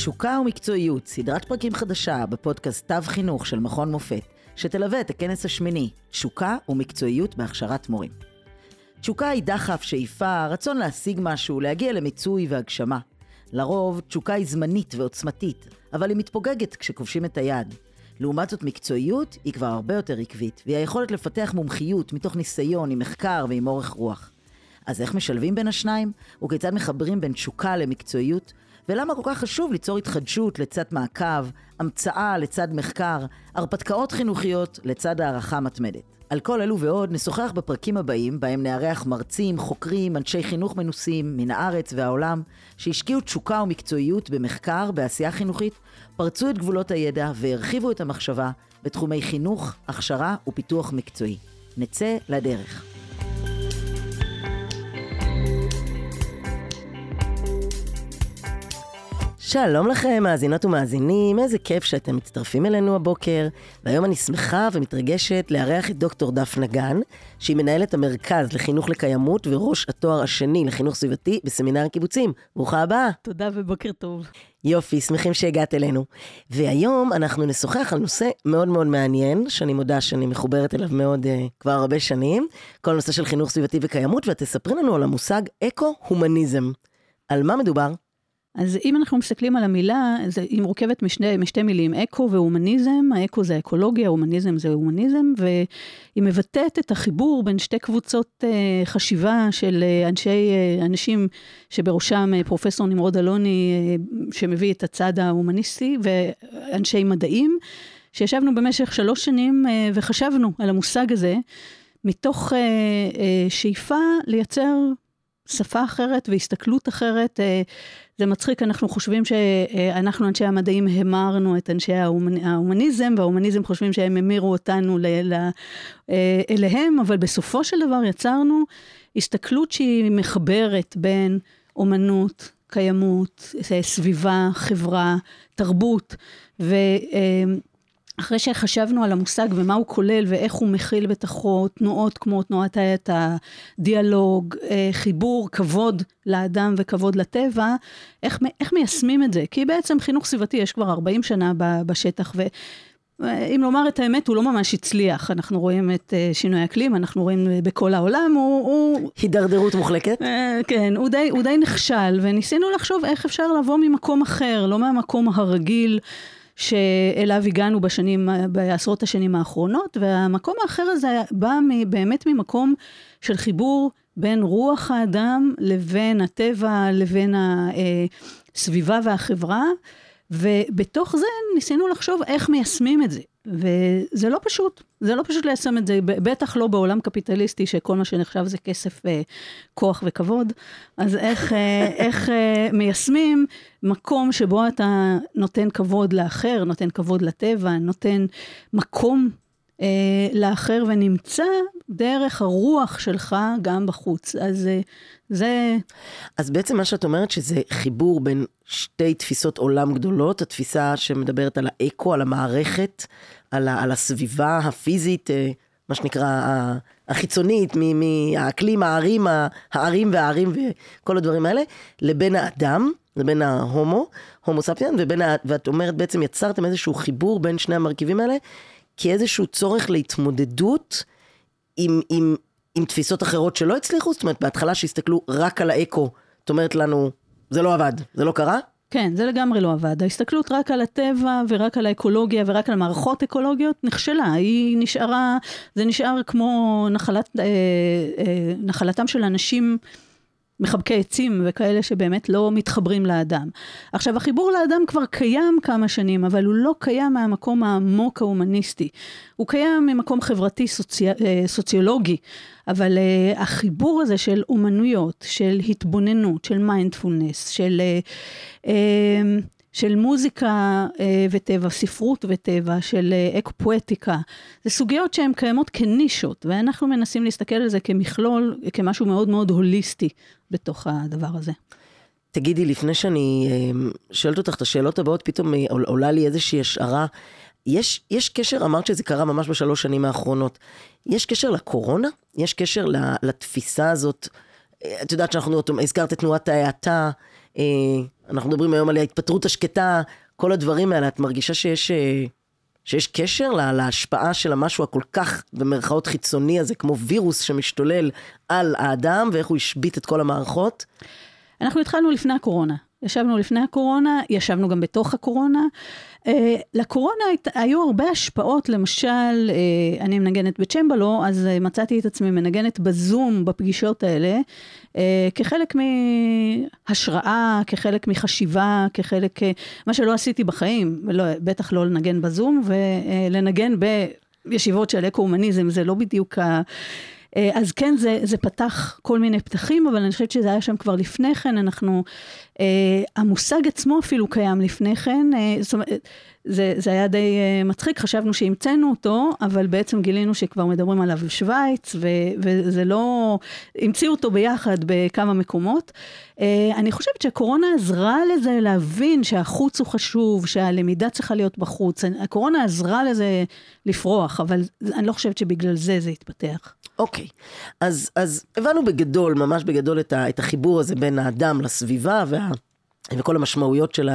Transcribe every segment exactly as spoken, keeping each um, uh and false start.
תשוקה ומקצועיות, סדרת פרקים חדשה בפודקאסט תו חינוך של מכון מופת, שתלווה את הכנס השמיני, תשוקה ומקצועיות בהכשרת מורים. תשוקה היא דחף, שאיפה, רצון להשיג משהו, להגיע למיצוי והגשמה. לרוב, תשוקה היא זמנית ועוצמתית, אבל היא מתפוגגת כשכובשים את היד. לעומת זאת, מקצועיות היא כבר הרבה יותר עקבית, והיא היכולת לפתח מומחיות מתוך ניסיון עם מחקר ועם אורך רוח. אז איך משלבים בין השניים? וכיצד מחברים בין תשוקה למקצועיות? ולמה כל כך חשוב ליצור התחדשות לצד מעקב, המצאה לצד מחקר, הרפתקאות חינוכיות לצד הערכה מתמדת? על כל אלו ועוד נשוחח בפרקים הבאים, בהם נארח מרצים, חוקרים, אנשי חינוך מנוסים מן הארץ והעולם, שהשקיעו תשוקה ומקצועיות במחקר, בעשייה חינוכית, פרצו את גבולות הידע והרחיבו את המחשבה בתחומי חינוך, הכשרה ופיתוח מקצועי. נצא לדרך. שלום לכם, מאזינות ומאזינים, איזה כיף שאתם מצטרפים אלינו הבוקר, והיום אני שמחה ומתרגשת לארח את דוקטור דפנה גן, שהיא מנהלת המרכז לחינוך לקיימות וראש התואר השני לחינוך סביבתי בסמינר הקיבוצים. ברוכה הבאה. תודה ובוקר טוב. יופי, שמחים שהגעת אלינו. והיום אנחנו נשוחח על נושא מאוד מאוד מעניין, שאני מודה שאני מחוברת אליו מאוד uh, כבר הרבה שנים, כל נושא של חינוך סביבתי וקיימות, ואת תספרי לנו על המושג אקו-הומניזם. על מה מדובר? אז אם אנחנו מסתכלים על המילה, היא מורכבת משני, משתי מילים, אקו והומניזם. האקו זה אקולוגיה, הומניזם זה הומניזם, והיא מבטאת את החיבור בין שתי קבוצות חשיבה של אנשי, אנשים שבראשם פרופסור נמרוד אלוני, שמביא את הצד ההומניסטי, ואנשי מדעים, שישבנו במשך שלוש שנים וחשבנו על המושג הזה, מתוך שאיפה לייצר שפה אחרת והסתכלות אחרת. זה מצחיק, אנחנו חושבים שאנחנו אנשי המדעים המרנו את אנשי ההומניזם, וההומניזם חושבים שהם המירו אותנו אליהם, אבל בסופו של דבר יצרנו הסתכלות שהיא מחברת בין אומנות, קיימות, סביבה, חברה, תרבות, ו... אחרי שחשבנו על המושג ומה הוא כולל ואיך הוא מכיל בתוכו תנועות כמו תנועת הדיאלוג, חיבור, כבוד לאדם וכבוד לטבע, איך, איך מיישמים את זה? כי בעצם חינוך סביבתי יש כבר ארבעים שנה בשטח, ואם לומר את האמת הוא לא ממש הצליח. אנחנו רואים את שינוי אקלים, אנחנו רואים בכל העולם, הוא... הוא הידרדרות מוחלקת? כן, הוא די, הוא די נכשל, וניסינו לחשוב איך אפשר לבוא ממקום אחר, לא מהמקום הרגיל, שאליו הגענו בשנים, בעשרות השנים האחרונות, והמקום האחר הזה בא באמת ממקום של חיבור בין רוח האדם לבין הטבע, לבין הסביבה והחברה, ובתוך זה ניסינו לחשוב איך מיישמים את זה. וזה לא פשוט, זה לא פשוט ליישם את זה, בטח לא בעולם קפיטליסטי שכל מה שנחשב זה כסף, כוח וכבוד. אז איך, איך מיישמים מקום שבו אתה נותן כבוד לאחר, נותן כבוד לטבע, נותן מקום לאחר ונמצא דרך הרוח שלך גם בחוץ. אז זה... אז בעצם מה שאת אומרת שזה חיבור בין שתי תפיסות עולם גדולות, התפיסה שמדברת על האקו, על המערכת, על, ה, על הסביבה הפיזית, מה שנקרא החיצונית, מהאקלים, הערים, הערים והערים וכל הדברים האלה, לבין האדם, לבין ההומו, הומו ספיאן, ובין, ואת אומרת בעצם יצרתם איזשהו חיבור בין שני המרכיבים האלה, כאיזשהו צורך להתמודדות עם, עם, עם תפיסות אחרות שלא הצליחו, זאת אומרת, בהתחלה שהסתכלו רק על האקו, זאת אומרת לנו, זה לא עבד, זה לא קרה? כן, זה לגמרי לא עבד. ההסתכלות רק על הטבע ורק על האקולוגיה ורק על מערכות אקולוגיות נכשלה. היא נשארה, זה נשאר כמו נחלת, אה, אה, נחלתם של אנשים מחבקי עצים וכאלה שבאמת לא מתחברים לאדם. עכשיו, החיבור לאדם כבר קיים כמה שנים, אבל הוא לא קיים מהמקום העמוק ההומניסטי. הוא קיים ממקום חברתי סוצי... סוציולוגי, אבל uh, החיבור הזה של אומנויות, של התבוננות, של מיינדפולנס, של... Uh, uh, של מוזיקה וטבע, ספרות וטבע, של אקו-פואטיקה. זה סוגיות שהן קיימות כנישות, ואנחנו מנסים להסתכל על זה כמכלול, כמשהו מאוד מאוד הוליסטי בתוך הדבר הזה. תגידי, לפני שאני שואלת אותך את השאלות הבאות, פתאום עולה לי איזושהי השערה. יש, יש קשר, אמרת שזה קרה ממש בשלוש שנים האחרונות, יש קשר לקורונה? יש קשר לתפיסה הזאת את יודעת שאנחנו, הזכרת את תנועת ההאטה, אנחנו מדברים היום על ההתפטרות השקטה, כל הדברים האלה, את מרגישה שיש, שיש קשר לה, להשפעה של המשהו הכל כך במרכאות חיצוני הזה, כמו וירוס שמשתולל על האדם, ואיך הוא השביט את כל המערכות? אנחנו התחלנו לפני הקורונה. ישבנו לפני הקורונה, ישבנו גם בתוך הקורונה. Uh, לקורונה היו הרבה השפעות, למשל, uh, אני מנגנת בצ'מבלו, אז uh, מצאתי את עצמי מנגנת בזום בפגישות האלה, uh, כחלק מהשראה, כחלק מחשיבה, כחלק, uh, מה שלא עשיתי בחיים, לא, בטח לא לנגן בזום, ולנגן בישיבות של אקו-הומניזם, זה לא בדיוק ה... אז כן, זה, זה פתח כל מיני פתחים, אבל אני חושבת שזה היה שם כבר לפני כן, אנחנו, אה, המושג עצמו אפילו קיים לפני כן, אה, זאת אומרת, זה, זה היה די אה, מצחיק, חשבנו שהמצאנו אותו, אבל בעצם גילינו שכבר מדברים עליו בשוויץ, ו, וזה לא, המציאו אותו ביחד בכמה מקומות. אה, אני חושבת שהקורונה עזרה לזה להבין שהחוץ הוא חשוב, שהלמידה צריכה להיות בחוץ, הקורונה עזרה לזה לפרוח, אבל אני לא חושבת שבגלל זה זה יתפתח. אוקיי, אז, אז הבנו בגדול, ממש בגדול את, ה, את החיבור הזה בין האדם לסביבה וה, וכל המשמעויות של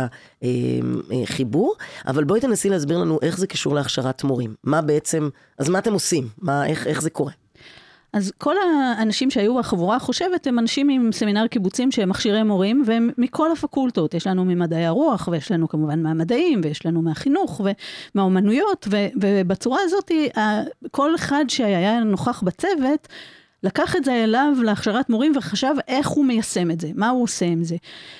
החיבור, אבל בואי תנסי להסביר לנו איך זה קשור להכשרת מורים. מה בעצם, אז מה אתם עושים? מה, איך, איך זה קורה? אז כל האנשים שהיו בחבורה חושבת, הם אנשים עם סמינר קיבוצים שהם מכשירי מורים, והם מכל הפקולטות, יש לנו ממדעי הרוח, ויש לנו כמובן מהמדעים, ויש לנו מהחינוך, ומהאומנויות, ובצורה הזאת, כל אחד שהיה נוכח בצוות, לקח את זה אליו להכשרת מורים, וחשב איך הוא מיישם את זה, מה הוא עושה עם זה.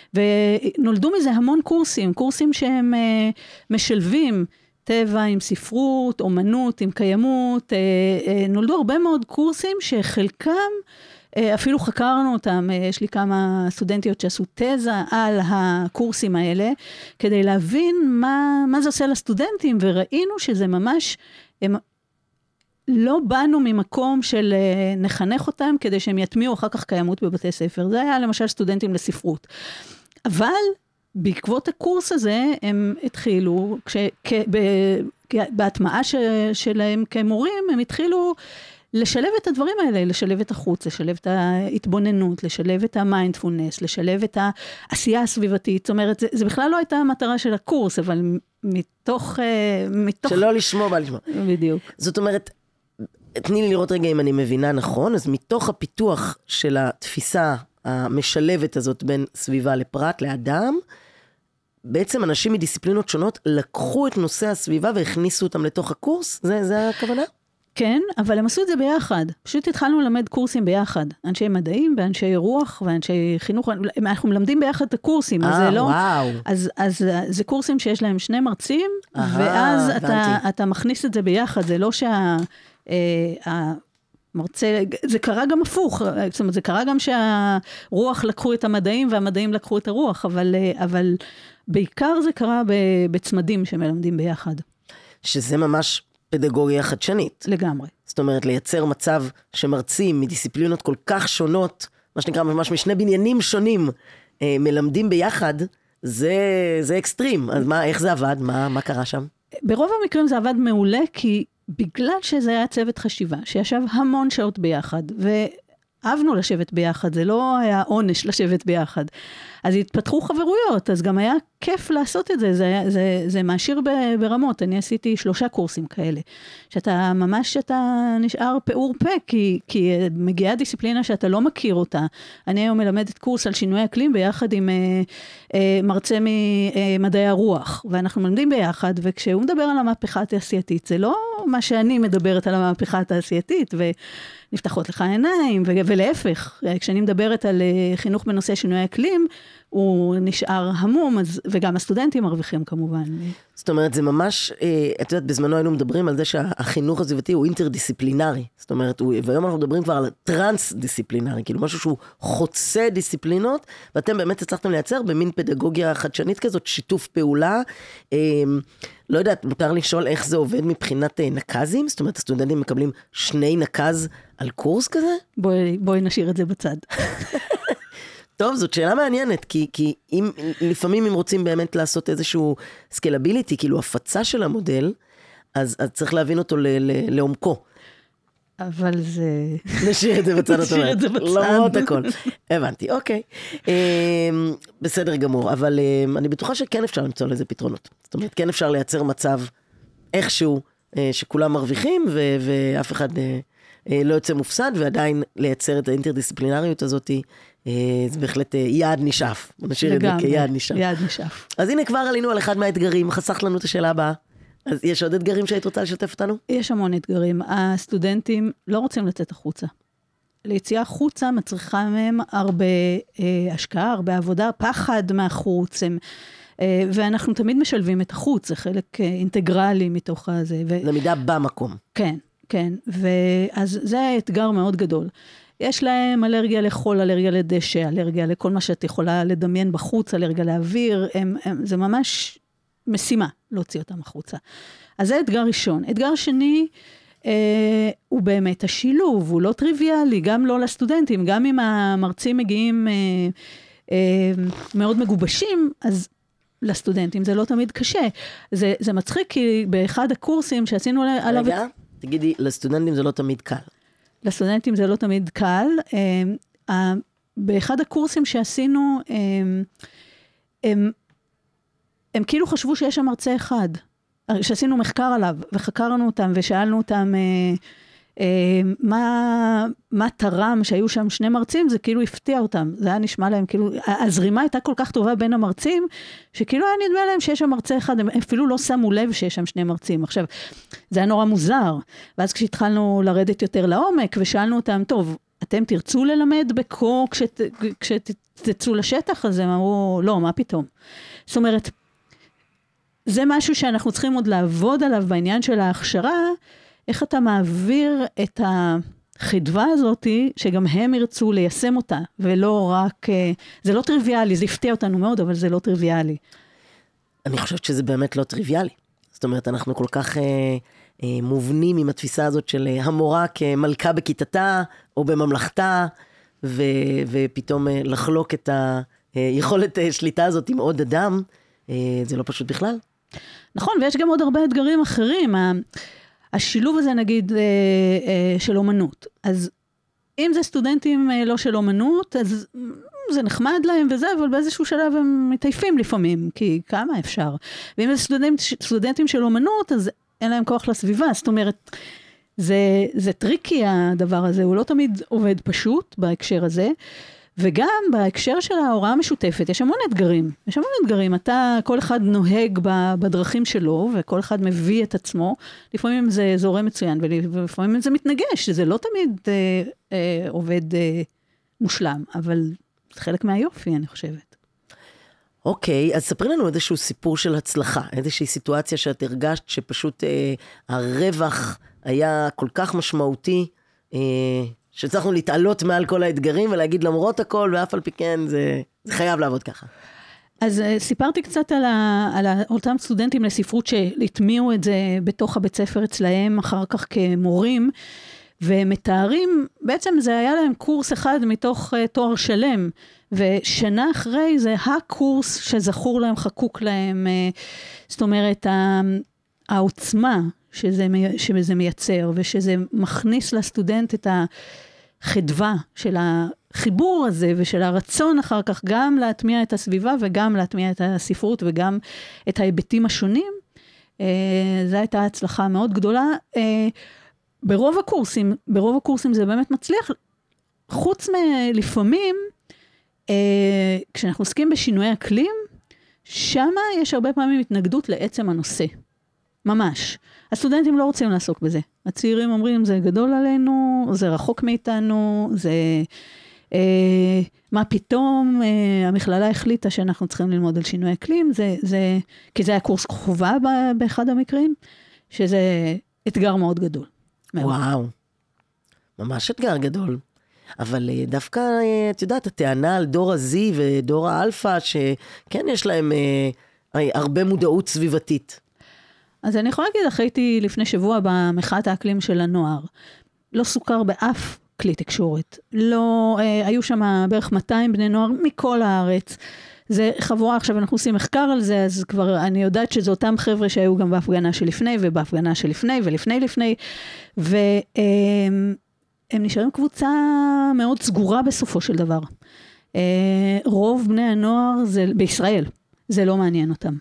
ונולדו מזה המון קורסים, קורסים שהם משלבים, טבע עם ספרות, אומנות עם קיימות, נולדו הרבה מאוד קורסים שחלקם, אפילו חקרנו אותם, יש לי כמה סטודנטיות שעשו תזה על הקורסים האלה, כדי להבין מה, מה זה עושה לסטודנטים, וראינו שזה ממש, הם לא באנו ממקום של נחנך אותם, כדי שהם יטמיעו אחר כך קיימות בבתי ספר, זה היה למשל סטודנטים לספרות, אבל בעקבות הקורס הזה, הם התחילו, כש, כ, ב, בהטמעה ש, שלהם כמורים, הם התחילו לשלב את הדברים האלה, לשלב את החוץ, לשלב את ההתבוננות, לשלב את המיינדפולנס, לשלב את העשייה הסביבתית. זאת אומרת, זה, זה בכלל לא הייתה המטרה של הקורס, אבל מתוך... מתוך... שלא לשמוע, בא לשמוע. בדיוק. זאת אומרת, תני לי לראות רגע אם אני מבינה נכון, אז מתוך הפיתוח של התפיסה המשלבת הזאת בין סביבה לפרט, לאדם, בעצם אנשים מדיסציפלינות שונות לקחו את נושא הסביבה והכניסו אותם לתוך הקורס? זה, זה הכוונה? כן, אבל הם עשו את זה ביחד. פשוט התחלנו ללמד קורסים ביחד. אנשי מדעים ואנשי רוח ואנשי חינוך. אנחנו מלמדים ביחד את הקורסים. אה, אז זה לא, וואו. אז, אז זה קורסים שיש להם שני מרצים, ואז אתה, אתה מכניס את זה ביחד. זה לא שה... אה, מרצה, זה קרה גם הפוך, זאת אומרת, זה קרה גם שהרוח לקחו את המדעים והמדעים לקחו את הרוח, אבל, אבל בעיקר זה קרה בצמדים שמלמדים ביחד. שזה ממש פדגוגיה חדשנית. לגמרי. זאת אומרת, לייצר מצב שמרצים מדיסציפלינות כל כך שונות, מה שנקרא ממש משני בניינים שונים, מלמדים ביחד, זה, זה אקסטרים. אז מה, איך זה עבד? מה, מה קרה שם? ברוב המקרים זה עבד מעולה, כי בגלל שזה היה צוות חשיבה, שישב המון שעות ביחד, ואהבנו לשבת ביחד, זה לא היה עונש לשבת ביחד. אז התפתחו חברויות, אז גם היה כיף לעשות את זה, זה, זה, זה מעשיר ברמות. אני עשיתי שלושה קורסים כאלה, שאתה ממש, אתה נשאר פעור פה, כי, כי מגיעה דיסציפלינה שאתה לא מכיר אותה. אני היום מלמדת קורס על שינוי אקלים, ביחד עם אה, אה, מרצה ממדעי הרוח, ואנחנו מלמדים ביחד, וכשהוא מדבר על המהפכה התעשייתית, זה לא מה שאני מדברת על המהפכה התעשייתית, ונפתחות לך העיניים, ו- ולהפך, כשאני מדברת על חינוך בנושא שינוי אקלים, הוא נשאר המום, אז, וגם הסטודנטים מרוויחים כמובן. זאת אומרת, זה ממש, את יודעת, בזמנו היינו מדברים על זה שהחינוך הסביבתי הוא אינטרדיסציפלינרי. זאת אומרת, הוא, והיום אנחנו מדברים כבר על טרנס-דיסציפלינרי, כאילו משהו שהוא חוצה דיסציפלינות, ואתם באמת הצלחתם לייצר במין פדגוגיה חדשנית כזאת, שיתוף פעולה. לא יודעת, מותר לשאול איך זה עובד מבחינת נקזים? זאת אומרת, הסטודנטים מקבלים שני נקז על קורס כזה? בואי, בואי נשאיר את זה בצד. טוב, זאת שאלה מעניינת, כי, כי אם, לפעמים אם רוצים באמת לעשות איזשהו סקלביליטי, כאילו הפצה של המודל, אז, אז צריך להבין אותו ל, ל, לעומקו. אבל זה... נשאיר את זה בצד, נשאיר את זה בצד. למרות הכל. הבנתי, אוקיי. בסדר גמור, אבל אני בטוחה שכן אפשר למצוא לזה פתרונות. זאת אומרת, כן אפשר לייצר מצב איכשהו, שכולם מרוויחים, ואף אחד לא יוצא מופסד, ועדיין לייצר את האינטרדיסציפלינריות הזאת, זה בהחלט יעד נשאף. נשאיר את זה כיעד נשאף. יעד נשאף. אז הנה כבר עלינו על אחד מהאתגרים, חסך לנו את השאלה הבאה. אז יש עוד אתגרים שהיית רוצה לשתף אותנו? יש המון אתגרים. הסטודנטים לא רוצים לצאת החוצה. ליציאה החוצה מצריכה מהם הרבה אה, השקעה, הרבה עבודה, פחד מהחוץ. הם, אה, ואנחנו תמיד משלבים את החוץ, זה חלק אה, אינטגרלי מתוך הזה. ו... למידה במקום. כן, כן. ואז זה אתגר מאוד גדול. יש להם אלרגיה לחול, אלרגיה לדשא, אלרגיה לכל מה שאת יכולה לדמיין בחוץ, אלרגיה לאוויר. הם, הם, זה ממש... משימה להוציא אותם החוצה. אז זה אתגר ראשון. אתגר שני, אה, הוא באמת השילוב, הוא לא טריוויאלי, גם לא לסטודנטים, גם אם המרצים מגיעים אה, אה, מאוד מגובשים, אז לסטודנטים זה לא תמיד קשה. זה, זה מצחיק, כי באחד הקורסים שעשינו עליו... רגע, תגידי, לסטודנטים זה לא תמיד קל. לסטודנטים זה לא תמיד קל. אה, אה, באחד הקורסים שעשינו, אה, הם... הם כאילו חשבו שיש שם מרצה אחד, שעשינו מחקר עליו, וחקרנו אותם, ושאלנו אותם, אה, אה, מה, מה תרם שהיו שם שני מרצים, זה כאילו הפתיע אותם, זה היה נשמע להם, כאילו, הזרימה הייתה כל כך טובה בין המרצים, שכאילו היה נדמה להם שיש שם מרצה אחד, הם אפילו לא שמו לב שיש שם שני מרצים. עכשיו, זה היה נורא מוזר, ואז כשהתחלנו לרדת יותר לעומק, ושאלנו אותם, טוב, אתם תרצו ללמד בקור, כשת, כשתצאו לשטח, אז הם אמרו, לא, מה פתאום? זאת אומרת, זה משהו שאנחנו צריכים עוד לעבוד עליו בעניין של ההכשרה, איך אתה מעביר את החדווה הזאת, שגם הם ירצו ליישם אותה, ולא רק, זה לא טריוויאלי, זה הפתיע אותנו מאוד, אבל זה לא טריוויאלי. אני חושבת שזה באמת לא טריוויאלי. זאת אומרת, אנחנו כל כך אה, אה, מובנים עם התפיסה הזאת של המורה כמלכה בכיתתה, או בממלכתה, ו, ופתאום אה, לחלוק את היכולת אה, שליטה הזאת עם עוד אדם, אה, זה לא פשוט בכלל. נכון, ויש גם עוד הרבה אתגרים אחרים. השילוב הזה, נגיד, של אומנות. אז אם זה סטודנטים לא של אומנות, אז זה נחמד להם וזה, אבל באיזשהו שלב הם מתעייפים לפעמים, כי כמה אפשר. ואם זה סטודנט, סטודנטים של אומנות, אז אין להם כוח לסביבה. זאת אומרת, זה, זה טריקי הדבר הזה, הוא לא תמיד עובד פשוט בהקשר הזה, וגם בהקשר של ההוראה המשותפת, יש המון אתגרים, יש המון אתגרים, אתה, כל אחד נוהג בדרכים שלו, וכל אחד מביא את עצמו, לפעמים זה זורם מצוין, ולפעמים זה מתנגש, זה לא תמיד אה, אה, עובד אה, מושלם, אבל זה חלק מהיופי, אני חושבת. אוקיי, אז ספרי לנו איזשהו סיפור של הצלחה, איזושהי סיטואציה שאת הרגשת שפשוט אה, הרווח היה כל כך משמעותי, אה, שצריכנו להתעלות מעל כל האתגרים, ולהגיד למרות הכל, ואף על פי כן, זה, זה חייב לעבוד ככה. אז uh, סיפרתי קצת על, ה, על ה, אותם סטודנטים לספרות, שהטמיעו את זה בתוך הבית ספר אצלהם, אחר כך כמורים, ומתארים, בעצם זה היה להם קורס אחד מתוך uh, תואר שלם, ושנה אחרי זה הקורס שזכור להם, חקוק להם, uh, זאת אומרת, העוצמה, שזה, שזה מייצר, ושזה מכניס לסטודנט את החדווה של החיבור הזה, ושל הרצון אחר כך גם להטמיע את הסביבה, וגם להטמיע את הספרות, וגם את ההיבטים השונים. זו הייתה הצלחה מאוד גדולה. ברוב הקורסים, ברוב הקורסים זה באמת מצליח, חוץ מלפעמים, כשאנחנו עוסקים בשינוי אקלים, שמה יש הרבה פעמים התנגדות לעצם הנושא. ממש. הסטודנטים לא רוצים לעסוק בזה. הצעירים אומרים, זה גדול עלינו, זה רחוק מאיתנו, זה... אה, מה פתאום אה, המכללה החליטה שאנחנו צריכים ללמוד על שינוי אקלים, זה, זה, כי זה היה קורס חובה ב, באחד המקרים, שזה אתגר מאוד גדול. מאוד. וואו. ממש אתגר גדול. אבל דווקא, את יודעת, הטענה על דור ה-Z ודור האלפא, שכן יש להם אה, הרבה מודעות סביבתית. אז אני יכולה להגיד, הייתי לפני שבוע במחאת האקלים של הנוער. לא סוכר באף כלי תקשורת. לא, אה, היו שם בערך מאתיים בני נוער מכל הארץ. זה חבורה, עכשיו אנחנו עושים מחקר על זה, אז כבר אני יודעת שזה אותם חבר'ה שהיו גם בהפגנה שלפני, ובהפגנה שלפני, ולפני לפני, והם נשארים קבוצה מאוד סגורה בסופו של דבר. רוב בני הנוער זה, בישראל, זה לא מעניין אותם.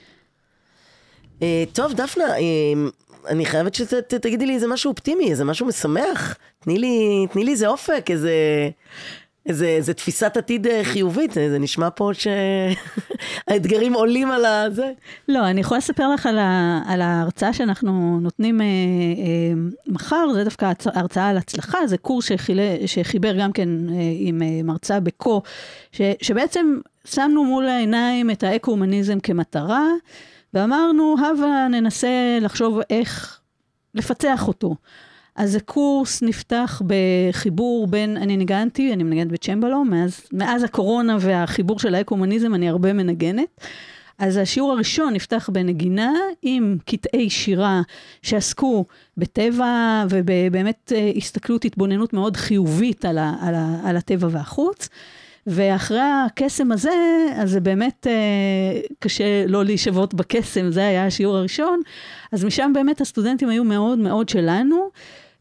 טוב, דפנה, אני חייבת שתגידי לי איזה משהו אופטימי, איזה משהו משמח. תני לי, תני לי איזה אופק, איזה... איזה, איזה תפיסת עתיד חיובית, זה נשמע פה שהאתגרים עולים על הזה. לא, אני יכולה לספר לך על, ה, על ההרצאה שאנחנו נותנים אה, אה, מחר, זה דווקא הרצאה על הצלחה, זה קורס שחילה, שחיבר גם כן אה, עם אה, מרצה בקו, ש, שבעצם שמנו מול העיניים את האקו-הומניזם כמטרה, ואמרנו, הווה ננסה לחשוב איך לפצח אותו. אז הקורס נפתח בחיבור בין, אני ניגנתי, אני מנגנת בצ'מבלו, מאז, מאז הקורונה והחיבור של האקו-הומניזם אני הרבה מנגנת. אז השיעור הראשון נפתח בנגינה עם קטעי שירה שעסקו בטבע ובאמת הסתכלות, התבוננות מאוד חיובית על, ה, על, ה, על הטבע והחוץ. ואחרי הקסם הזה, אז זה באמת אה, קשה לא להישבות בקסם, זה היה השיעור הראשון, אז משם באמת הסטודנטים היו מאוד מאוד שלנו.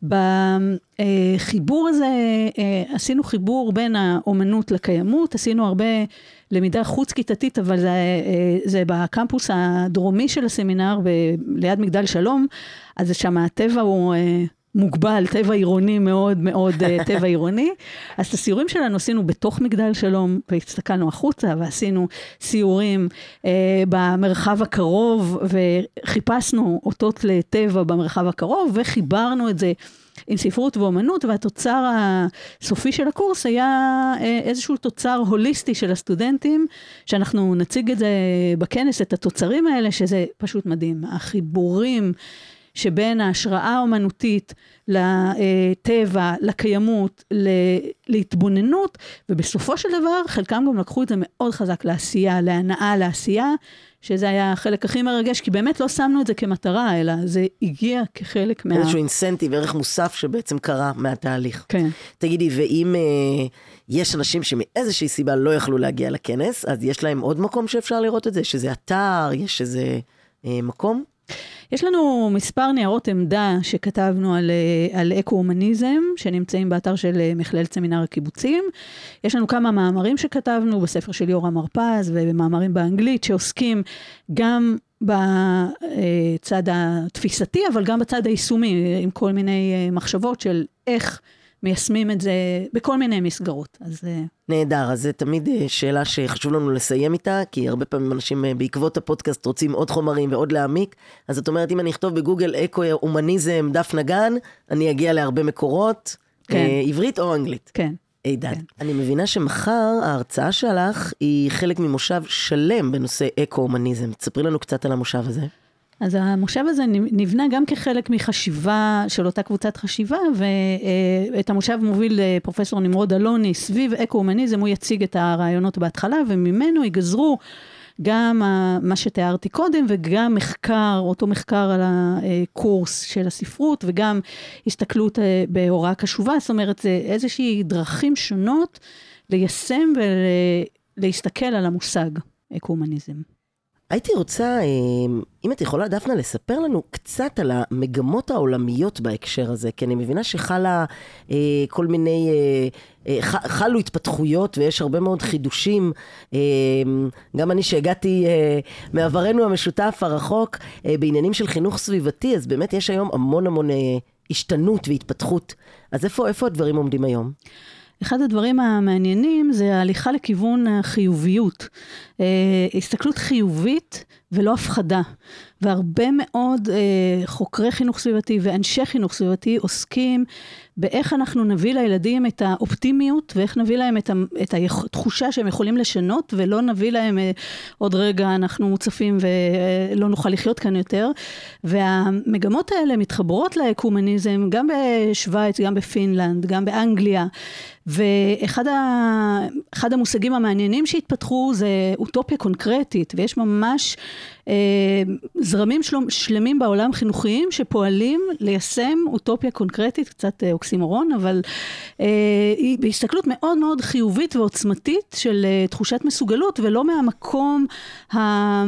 בחיבור הזה אה, עשינו חיבור בין האומנות לקיימות, עשינו הרבה למידה חוץ כיתתית, אבל זה, אה, זה בקמפוס הדרומי של הסמינר, ב- ליד מגדל שלום, אז שם הטבע הוא... אה, מוגבל, טבע עירוני מאוד מאוד טבע עירוני. אז את הסיורים שלנו עשינו בתוך מגדל שלום, והסתכלנו החוצה, ועשינו סיורים אה, במרחב הקרוב, וחיפשנו אותות לטבע במרחב הקרוב, וחיברנו את זה עם ספרות ואומנות, והתוצר הסופי של הקורס היה אה, איזשהו תוצר הוליסטי של הסטודנטים, שאנחנו נציג את זה בכנס, את התוצרים האלה, שזה פשוט מדהים. החיבורים, שבין ההשראה האומנותית לטבע, לקיימות, להתבוננות, ובסופו של דבר חלקם גם לקחו את זה מאוד חזק לעשייה, להנאה לעשייה, שזה היה החלק הכי מרגש, כי באמת לא שמנו את זה כמטרה, אלא זה הגיע כחלק מה... איזשהו אינסנטיב, ערך מוסף שבעצם קרה מהתהליך. כן. תגידי, ואם אה, יש אנשים שמאיזושהי סיבה לא יכלו להגיע לכנס, אז יש להם עוד מקום שאפשר לראות את זה? שזה אתר, יש איזה אה, מקום? יש לנו מספר ניירות עמדה שכתבנו על, על אקו-הומניזם, שנמצאים באתר של מכללת סמינר הקיבוצים. יש לנו כמה מאמרים שכתבנו בספר של יורם הרפז, ומאמרים באנגלית שעוסקים גם בצד התפיסתי, אבל גם בצד היישומי, עם כל מיני מחשבות של איך מיישמים את זה בכל מיני מסגרות. אז... נהדר, אז זה תמיד שאלה שחשוב לנו לסיים איתה, כי הרבה פעמים אנשים בעקבות הפודקאסט רוצים עוד חומרים ועוד להעמיק, אז זאת אומרת, אם אני אכתוב בגוגל אקו-הומניזם דפנה גן, אני אגיע להרבה מקורות, כן. עברית או אנגלית. כן. עידן. כן. אני מבינה שמחר ההרצאה שלך היא חלק ממושב שלם בנושא אקו-הומניזם. תספרי לנו קצת על המושב הזה. אז המושב הזה נבנה גם כחלק מחשיבה של אותה קבוצת חשיבה, ואת המושב מוביל פרופסור נמרוד אלוני סביב אקו-הומניזם, הוא יציג את הרעיונות בהתחלה, וממנו יגזרו גם מה שתיארתי קודם, וגם מחקר, אותו מחקר על הקורס של הספרות, וגם הסתכלות בהוראה קשובה, זאת אומרת, זה איזושהי דרכים שונות ליישם ולהסתכל על המושג אקו-הומניזם. הייתי רוצה, אם את יכולה דפנה לספר לנו קצת על המגמות העולמיות בהקשר הזה, כי אני מבינה שחלה כל מיני, חלו התפתחויות ויש הרבה מאוד חידושים, גם אני שהגעתי מעברנו המשותף הרחוק בעניינים של חינוך סביבתי, אז באמת יש היום המון המון השתנות והתפתחות, אז איפה, איפה הדברים עומדים היום? אחד הדברים המעניינים זה ההליכה לכיוון החיוביות. הסתכלות חיובית ולא הפחדה. והרבה מאוד חוקרי חינוך סביבתי ואנשי חינוך סביבתי עוסקים באיך אנחנו נביא לילדים את האופטימיות, ואיך נביא להם את, את התחושה שהם יכולים לשנות, ולא נביא להם עוד רגע אנחנו מוצפים ולא נוכל לחיות כאן יותר. והמגמות האלה מתחברות לאקו-הומניזם, גם בשוויץ, גם בפינלנד, גם באנגליה, ואחד ה, אחד המושגים המעניינים שהתפתחו זה אוטופיה קונקרטית, ויש ממש זרמים שלמים בעולם חינוכיים שפועלים ליישם אוטופיה קונקרטית, קצת אוקסימורון, אבל היא בהסתכלות מאוד מאוד חיובית ועוצמתית של תחושת מסוגלות, ולא מהמקום ה...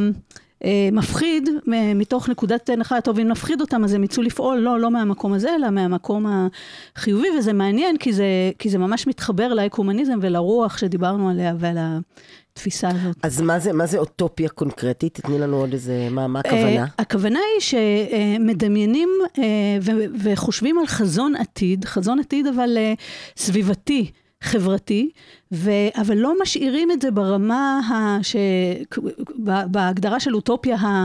מפחיד מתוך נקודת הנחה, טוב, אם נפחיד אותם, אז הם יצאו לפעול, לא, לא מהמקום הזה, אלא מהמקום החיובי, וזה מעניין, כי זה, כי זה ממש מתחבר לאקומניזם ולרוח שדיברנו עליה ועל התפיסה הזאת. אז מה זה, מה זה אוטופיה קונקרטית? תתני לנו עוד איזה, מה, מה הכוונה? הכוונה היא שמדמיינים וחושבים על חזון עתיד, חזון עתיד אבל סביבתי, חברתי, ו... אבל לא משאירים את זה ברמה ה... ש... בהגדרה של אוטופיה, ה...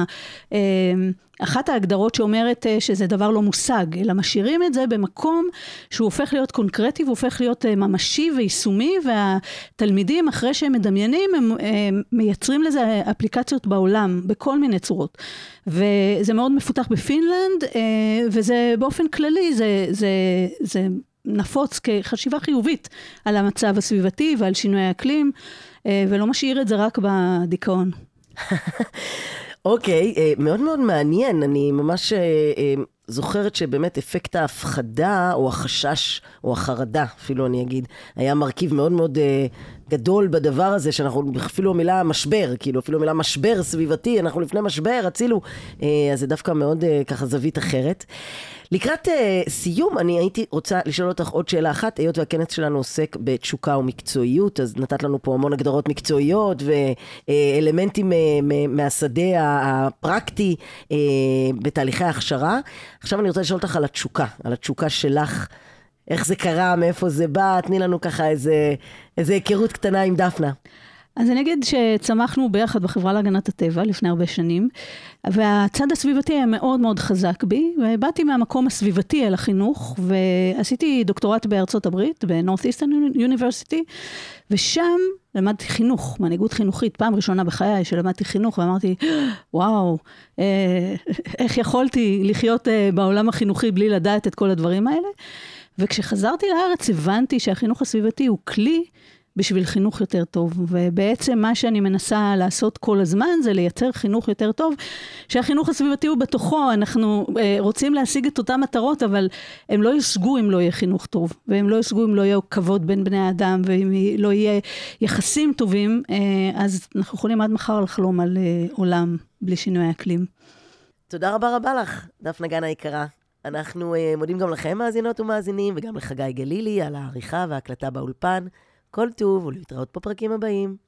אחת ההגדרות שאומרת שזה דבר לא מושג, אלא משאירים את זה במקום שהוא הופך להיות קונקרטי, והופך להיות ממשי ויישומי, והתלמידים אחרי שהם מדמיינים, הם, הם מייצרים לזה אפליקציות בעולם, בכל מיני צורות. וזה מאוד מפותח בפינלנד, וזה באופן כללי, זה... זה, זה נפוץ כחשיבה חיובית על המצב הסביבתי ועל שינוי האקלים, ולא משאיר את זה רק בדיכאון. אוקיי, מאוד מאוד מעניין. אני ממש זוכרת שבאמת אפקט ההפחדה או החשש או החרדה, אפילו אני אגיד, היה מרכיב מאוד מאוד גדול בדבר הזה, שאנחנו אפילו המילה משבר, כאילו אפילו המילה משבר סביבתי, אנחנו לפני משבר, הצילו, אז זה דווקא מאוד ככה זווית אחרת. לקראת uh, סיום, אני הייתי רוצה לשאול אותך עוד שאלה אחת, היות והכנס שלנו עוסק בתשוקה ומקצועיות, אז נתת לנו פה המון הגדרות מקצועיות ואלמנטים uh, מהשדה הפרקטי uh, בתהליכי ההכשרה. עכשיו אני רוצה לשאול אותך על התשוקה, על התשוקה שלך, איך זה קרה, מאיפה זה בא, תני לנו ככה איזה, איזה היכרות קטנה עם דפנה. אז אני אגיד שצמחנו ביחד בחברה להגנת הטבע לפני הרבה שנים, והצד הסביבתי היה מאוד מאוד חזק בי, ובאתי מהמקום הסביבתי אל החינוך, ועשיתי דוקטורט בארצות הברית, ב-Northeastern University, ושם למדתי חינוך, מנהיגות חינוכית, פעם ראשונה בחיי שלמדתי חינוך, ואמרתי, וואו, איך יכולתי לחיות בעולם החינוכי בלי לדעת את כל הדברים האלה? וכשחזרתי לארץ הבנתי שהחינוך הסביבתי הוא כלי, בשביל חינוך יותר טוב, ובעצם מה שאני מנסה לעשות כל הזמן, זה לייצר חינוך יותר טוב, שהחינוך הסביבתי הוא בתוכו, אנחנו אה, רוצים להשיג את אותם מטרות, אבל הם לא יושגו אם לא יהיה חינוך טוב, והם לא יושגו אם לא יהיה כבוד בין בני האדם, ואם לא יהיה יחסים טובים, אה, אז אנחנו יכולים עד מחר לחלום על אה, עולם בלי שינוי האקלים. תודה רבה רבה לך, דפנה גן היקרה. אנחנו אה, מודים גם לכם מאזינות ומאזינים, וגם לחגי גלילי על העריכה וההקלטה באולפן. כל טוב ולהתראות בפרקים הבאים.